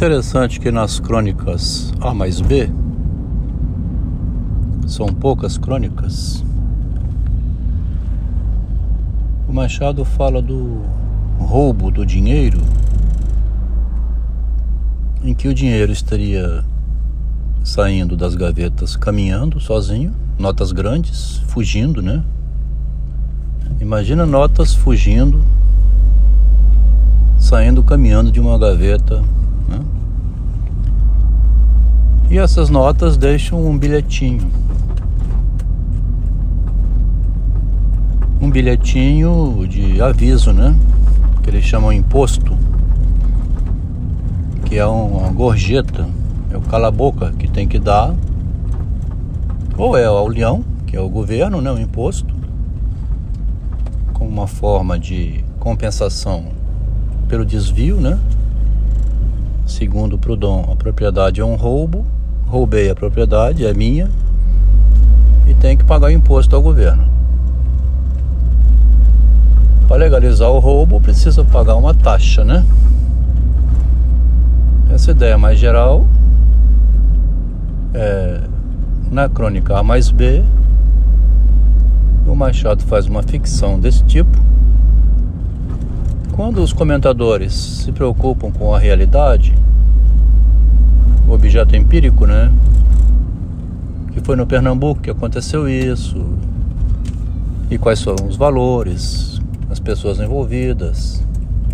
Interessante que nas crônicas A mais B, são poucas crônicas, o Machado fala do roubo do dinheiro, em que o dinheiro estaria saindo das gavetas caminhando sozinho, notas grandes, fugindo, né? Imagina notas fugindo, saindo, caminhando de uma gaveta, né? E essas notas deixam um bilhetinho. Um bilhetinho de aviso, né? Que eles chamam imposto, que é uma gorjeta, é o cala-boca que tem que dar, ou é ao União, que é o governo, né? O imposto, como uma forma de compensação pelo desvio, né? Segundo o Proudhon, a propriedade é um roubo, roubei a propriedade, é minha, e tem que pagar imposto ao governo. Para legalizar o roubo, precisa pagar uma taxa, né? Essa ideia mais geral na crônica A mais B, o Machado faz uma ficção desse tipo. Quando os comentadores se preocupam com a realidade, o objeto empírico, né? Que foi no Pernambuco que aconteceu isso, e quais são os valores, as pessoas envolvidas.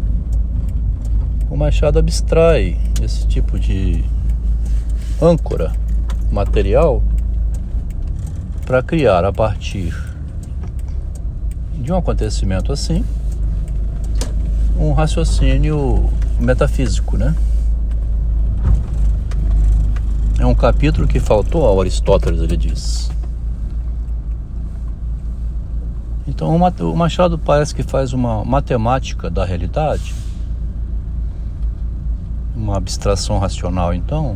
O Machado abstrai esse tipo de âncora material para criar, a partir de um acontecimento assim, um raciocínio metafísico, né? É um capítulo que faltou ao Aristóteles, ele diz. Então o Machado parece que faz uma matemática da realidade, uma abstração racional, então,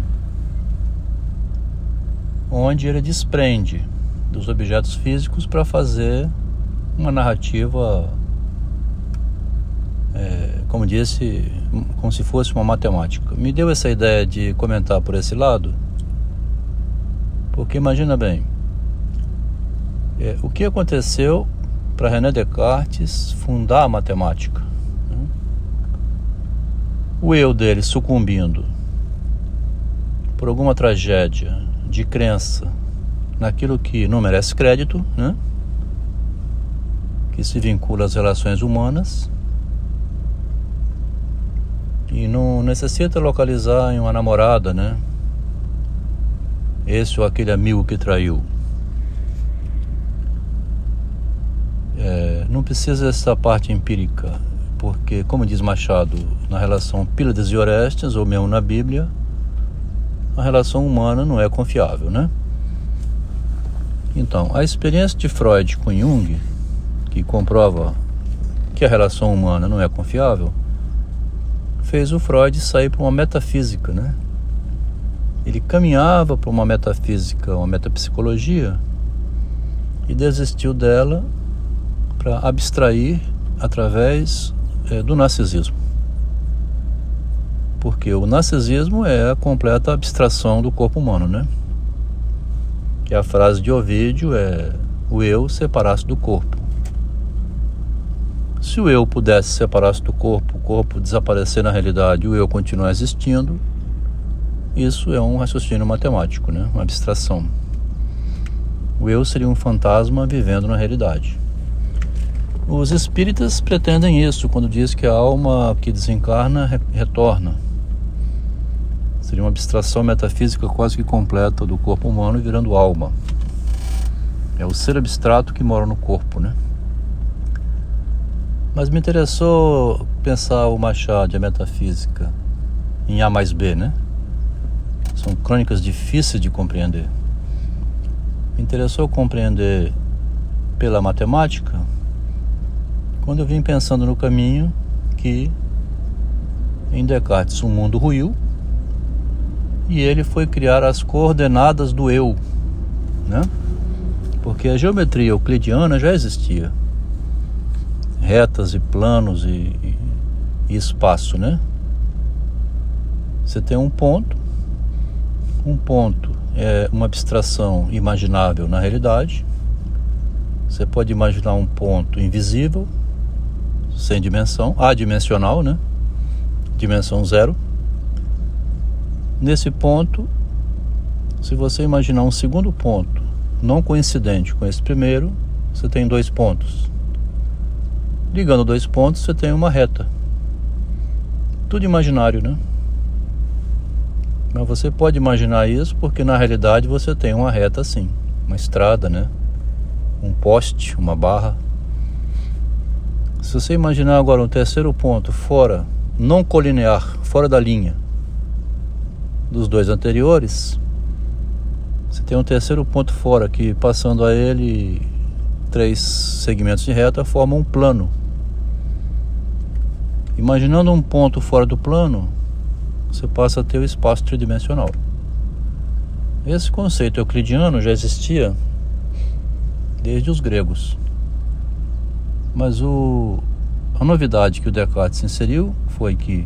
onde ele desprende dos objetos físicos para fazer uma narrativa, como disse, como se fosse uma matemática. Me deu essa ideia de comentar por esse lado, porque imagina bem, o que aconteceu para René Descartes fundar a matemática, né? O eu dele sucumbindo por alguma tragédia de crença naquilo que não merece crédito, né? Que se vincula às relações humanas e não necessita localizar em uma namorada, né? Esse ou aquele amigo que traiu. Não precisa dessa parte empírica, porque, como diz Machado, na relação Pílades e Orestes, ou mesmo na Bíblia, a relação humana não é confiável, né? Então, a experiência de Freud com Jung, que comprova que a relação humana não é confiável, fez o Freud sair para uma metafísica, né? Ele caminhava para uma metafísica, uma metapsicologia, e desistiu dela para abstrair através do narcisismo. Porque o narcisismo é a completa abstração do corpo humano, né? Que a frase de Ovídio é: o eu separasse do corpo. Se o eu pudesse separar-se do corpo, o corpo desaparecer na realidade e o eu continuar existindo, isso é um raciocínio matemático, né? Uma abstração. O eu seria um fantasma vivendo na realidade. Os espíritas pretendem isso quando diz que a alma que desencarna retorna. Seria uma abstração metafísica quase que completa do corpo humano virando alma. É o ser abstrato que mora no corpo, né? Mas me interessou pensar o Machado e a metafísica em A mais B, né? São crônicas difíceis de compreender. Me interessou compreender pela matemática quando eu vim pensando no caminho que em Descartes o mundo ruiu e ele foi criar as coordenadas do eu, né? Porque a geometria euclidiana já existia, retas e planos e espaço, né? Você tem um ponto é uma abstração imaginável na realidade. Você pode imaginar um ponto invisível, sem dimensão, adimensional, né? Dimensão zero. Nesse ponto, se você imaginar um segundo ponto não coincidente com esse primeiro, você tem dois pontos. Ligando dois pontos, você tem uma reta. Tudo imaginário, né? Mas você pode imaginar isso porque na realidade você tem uma reta assim, uma estrada, né? Um poste, uma barra. Se você imaginar agora um terceiro ponto fora, não colinear, fora da linha dos dois anteriores, você tem um terceiro ponto fora que, passando a ele 3 segmentos de reta, forma um plano. Imaginando um ponto fora do plano, você passa a ter o espaço tridimensional. Esse conceito euclidiano já existia desde os gregos. Mas a novidade que o Descartes inseriu foi que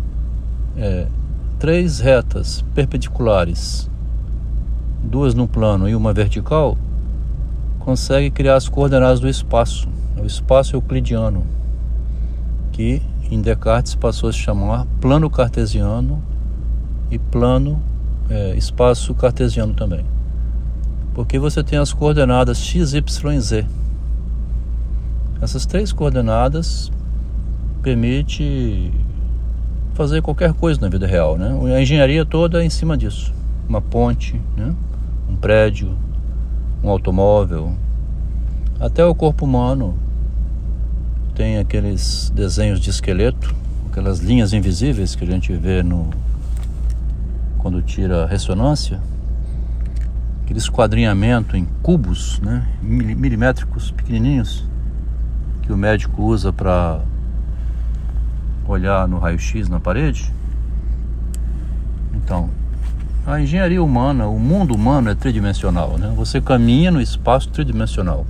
3 retas perpendiculares, 2 no plano e uma vertical, consegue criar as coordenadas do espaço, o espaço euclidiano, que em Descartes passou a se chamar plano cartesiano e plano espaço cartesiano também, porque você tem as coordenadas x, y e z. Essas 3 coordenadas permitem fazer qualquer coisa na vida real, né? A engenharia toda é em cima disso. Uma ponte, né? Um prédio, um automóvel. Até o corpo humano tem aqueles desenhos de esqueleto, aquelas linhas invisíveis que a gente vê quando tira a ressonância, aquele esquadrinhamento em cubos, né? Milimétricos, pequenininhos, que o médico usa para olhar no raio-x na parede. Então, a engenharia humana, o mundo humano é tridimensional, né? Você caminha no espaço tridimensional.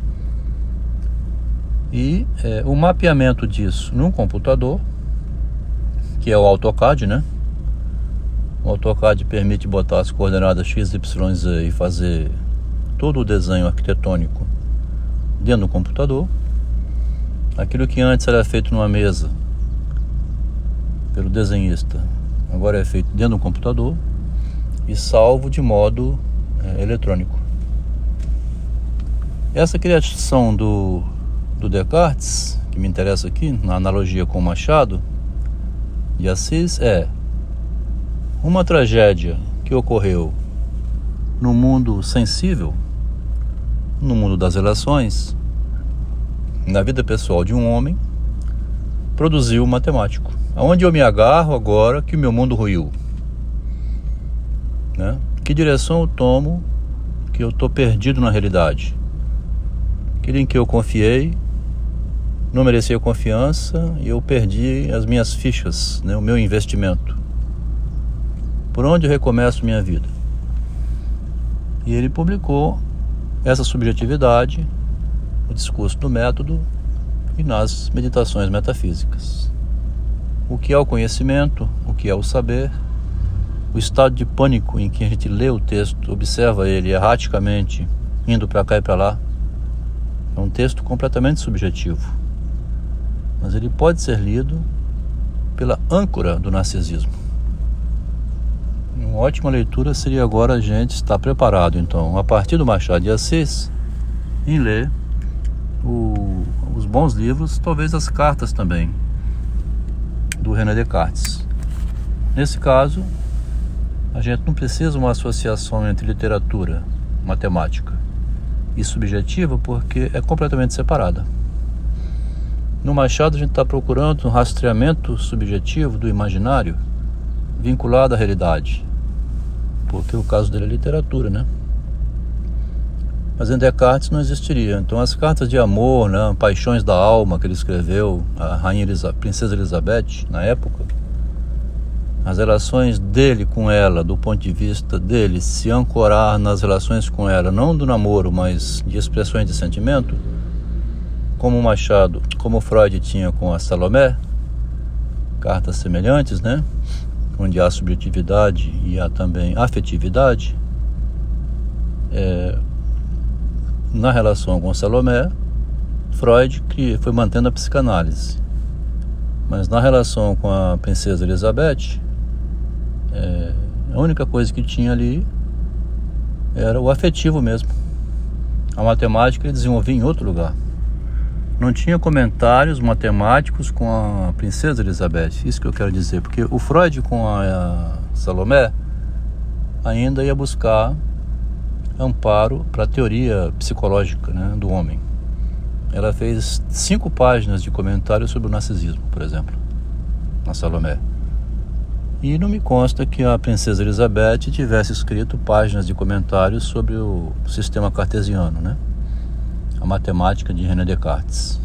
E o mapeamento disso num computador, que é o AutoCAD, né? O AutoCAD permite botar as coordenadas x, y, z e fazer todo o desenho arquitetônico dentro do computador. Aquilo que antes era feito numa mesa pelo desenhista, agora é feito dentro do computador e salvo de modo eletrônico. Essa criação do Descartes, que me interessa aqui, na analogia com o Machado de Assis, é uma tragédia que ocorreu no mundo sensível, no mundo das relações, na vida pessoal de um homem, produziu um matemático. Aonde eu me agarro agora que o meu mundo ruiu? Né? Que direção eu tomo que eu estou perdido na realidade? Aquele em que eu confiei não merecia confiança e eu perdi as minhas fichas, né? O meu investimento. Por onde eu recomeço minha vida? E ele publicou essa subjetividade, o discurso do método e nas meditações metafísicas. O que é o conhecimento, o que é o saber, o estado de pânico em que a gente lê o texto, observa ele erraticamente, indo para cá e para lá. É um texto completamente subjetivo, mas ele pode ser lido pela âncora do narcisismo. Uma ótima leitura seria agora a gente estar preparado, então, a partir do Machado de Assis, em ler os bons livros, talvez as cartas também, do René Descartes. Nesse caso, a gente não precisa de uma associação entre literatura, matemática e subjetiva, porque é completamente separada. No Machado a gente está procurando um rastreamento subjetivo do imaginário vinculado à realidade, porque o caso dele é literatura, né? Mas em Descartes não existiria. Então as cartas de amor, né, Paixões da Alma, que ele escreveu, a Princesa Elizabeth, na época, as relações dele com ela, do ponto de vista dele, se ancorar nas relações com ela, não do namoro, mas de expressões de sentimento, como o Machado, como o Freud tinha com a Salomé, cartas semelhantes, né? onde há subjetividade e há também afetividade, na relação com Salomé, Freud foi mantendo a psicanálise. Mas na relação com a princesa Elizabeth, a única coisa que tinha ali era o afetivo mesmo. A matemática ele desenvolvia em outro lugar. Não tinha comentários matemáticos com a princesa Elizabeth. Isso que eu quero dizer. Porque o Freud com a Salomé ainda ia buscar amparo para a teoria psicológica, né, do homem. Ela fez 5 páginas de comentários sobre o narcisismo, por exemplo, na Salomé. E não me consta que a princesa Elizabeth tivesse escrito páginas de comentários sobre o sistema cartesiano, né? A matemática de René Descartes.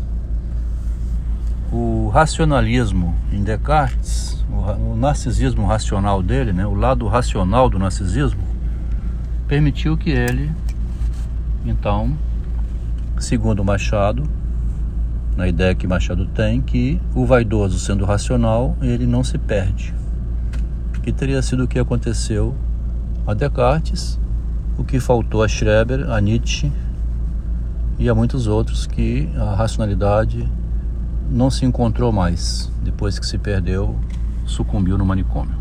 O racionalismo em Descartes, o narcisismo racional dele, né? O lado racional do narcisismo, permitiu que ele, então, segundo Machado, na ideia que Machado tem, que o vaidoso sendo racional, ele não se perde. Que teria sido o que aconteceu a Descartes, o que faltou a Schreber, a Nietzsche e a muitos outros, que a racionalidade não se encontrou mais. Depois que se perdeu, sucumbiu no manicômio.